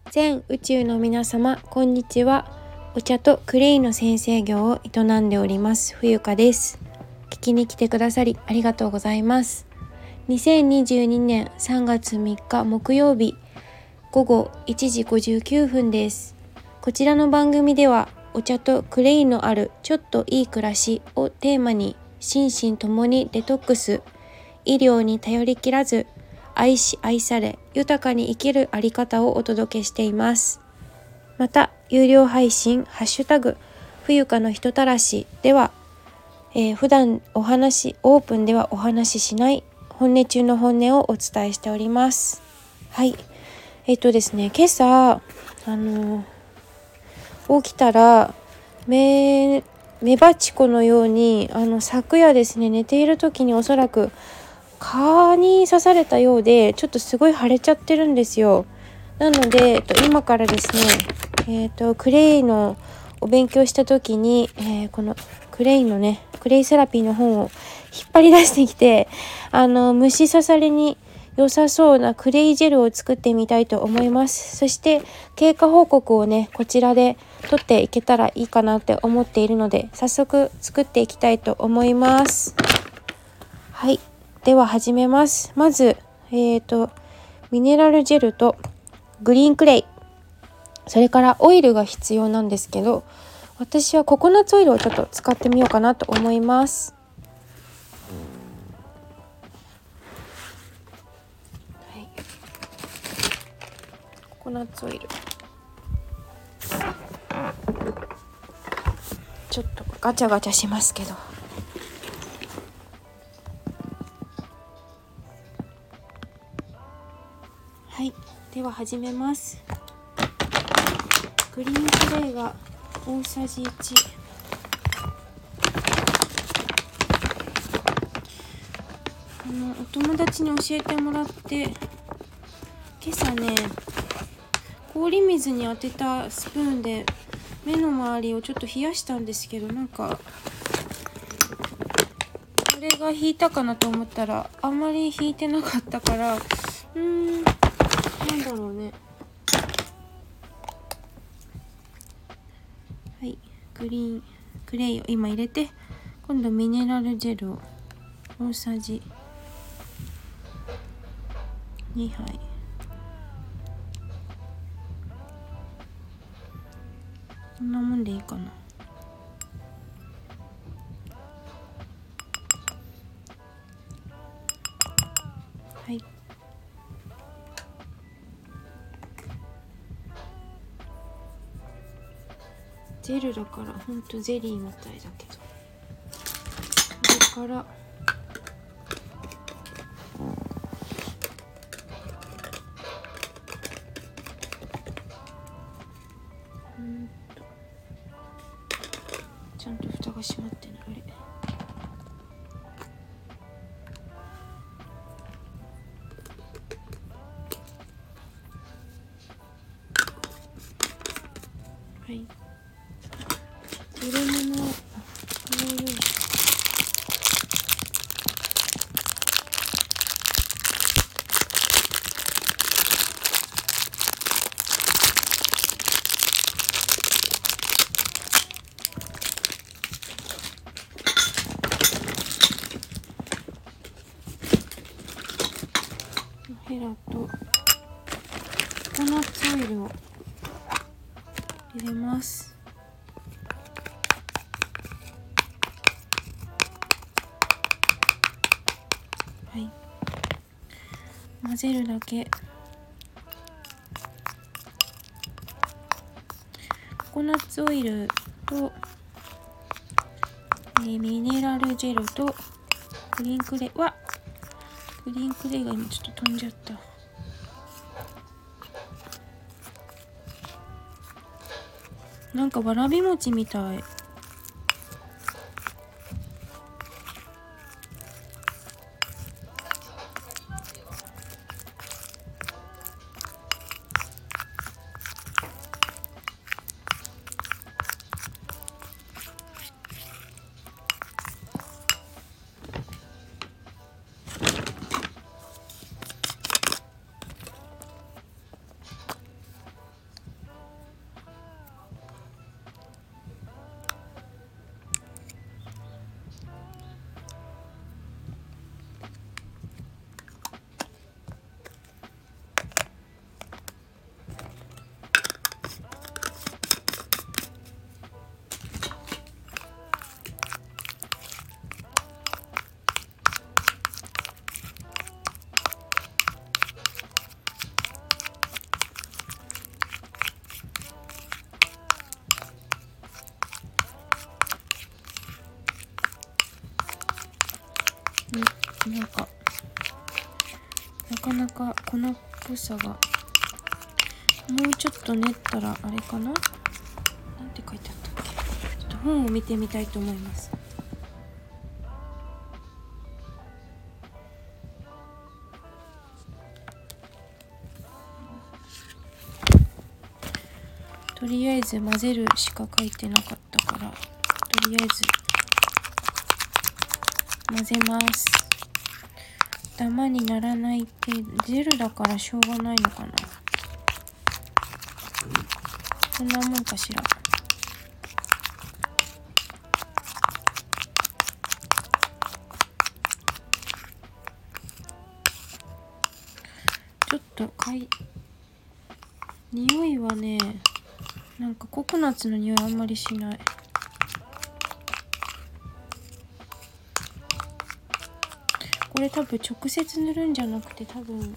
全宇宙の皆様、こんにちは。お茶とクレイの先生業を営んでおります冬香です。聞きに来てくださりありがとうございます。2022年3月3日木曜日午後1時59分です。こちらの番組ではお茶とクレイのあるちょっといい暮らしをテーマに、心身ともにデトックス、医療に頼り切らず愛し愛され豊かに生きるあり方をお届けしています。また有料配信ハッシュタグ冬香の人たらしでは、普段オープンではお話ししない本音中の本音をお伝えしております。はい、ですね、今朝起きたらメバチコのように昨夜ですね、寝ている時におそらく蚊に刺されたようで、ちょっとすごい腫れちゃってるんですよ。なので、今からですね、クレイのお勉強した時に、このクレイセラピーの本を引っ張り出してきて、虫刺されに良さそうなクレイジェルを作ってみたいと思います。そして経過報告をね、こちらで撮っていけたらいいかなって思っているので、早速作っていきたいと思います。はい、では始めます。まず、ミネラルジェルとグリーンクレイ、それからオイルが必要なんですけど、私はココナッツオイルをちょっと使ってみようかなと思います。はい、ココナッツオイルちょっとガチャガチャしますけど、はい、では始めます。グリーンクレイが大さじ1、お友達に教えてもらって、今朝ね、氷水に当てたスプーンで目の周りをちょっと冷やしたんですけど、なんかこれが引いたかなと思ったらあんまり引いてなかったから、なんだろうね。はい、グリーンクレイを今入れて、今度ミネラルジェルを大さじ2杯、こんなもんでいいかな。はい、ジェルだからほんとゼリーみたいだけど、それからちゃんと蓋が閉まってない。あれ、はい、入れ物をこのようにヘラとココナッツオイルを入れます。はい、混ぜるだけ。ココナッツオイルと、ミネラルジェルとグリーンクレイ、グリーンクレイが今ちょっと飛んじゃった。なんかわらび餅みたい。 なかなか粉っぽさが、もうちょっと練ったらあれかな、なんて書いてあったっけ。ちょっと本を見てみたいと思います。とりあえず混ぜるしか書いてなかったから、とりあえず混ぜます。ダマにならない程度、ジェルだからしょうがないのかな。こんなもんかしら。ちょっと匂いはね、なんかココナッツの匂いあんまりしない。これ多分直接塗るんじゃなくて、多分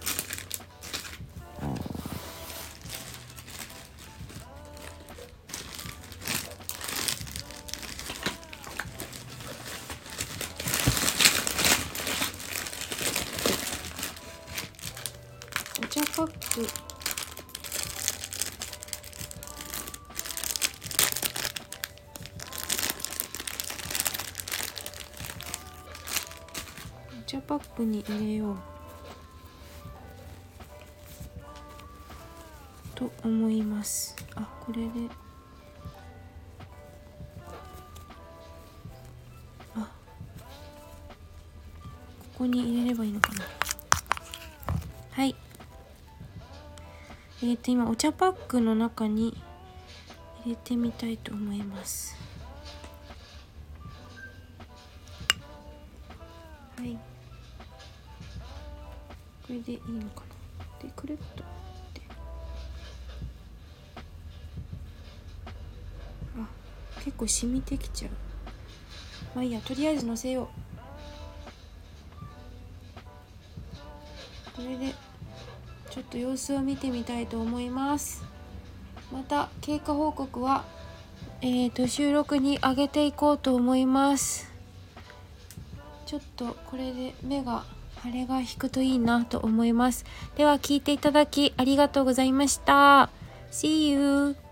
お茶パック、お茶パックに入れようと思います。あ、これで、あ、ここに入れればいいのかな。はい。今お茶パックの中に入れてみたいと思います。はい。これでいいのかな。で、くるっと。あ、結構染みてきちゃう。まあいいや、とりあえずのせよう。これでちょっと様子を見てみたいと思います。また経過報告は収録に上げていこうと思います。ちょっとこれで目が腫れが引くといいなと思います。では聞いていただきありがとうございました。See you!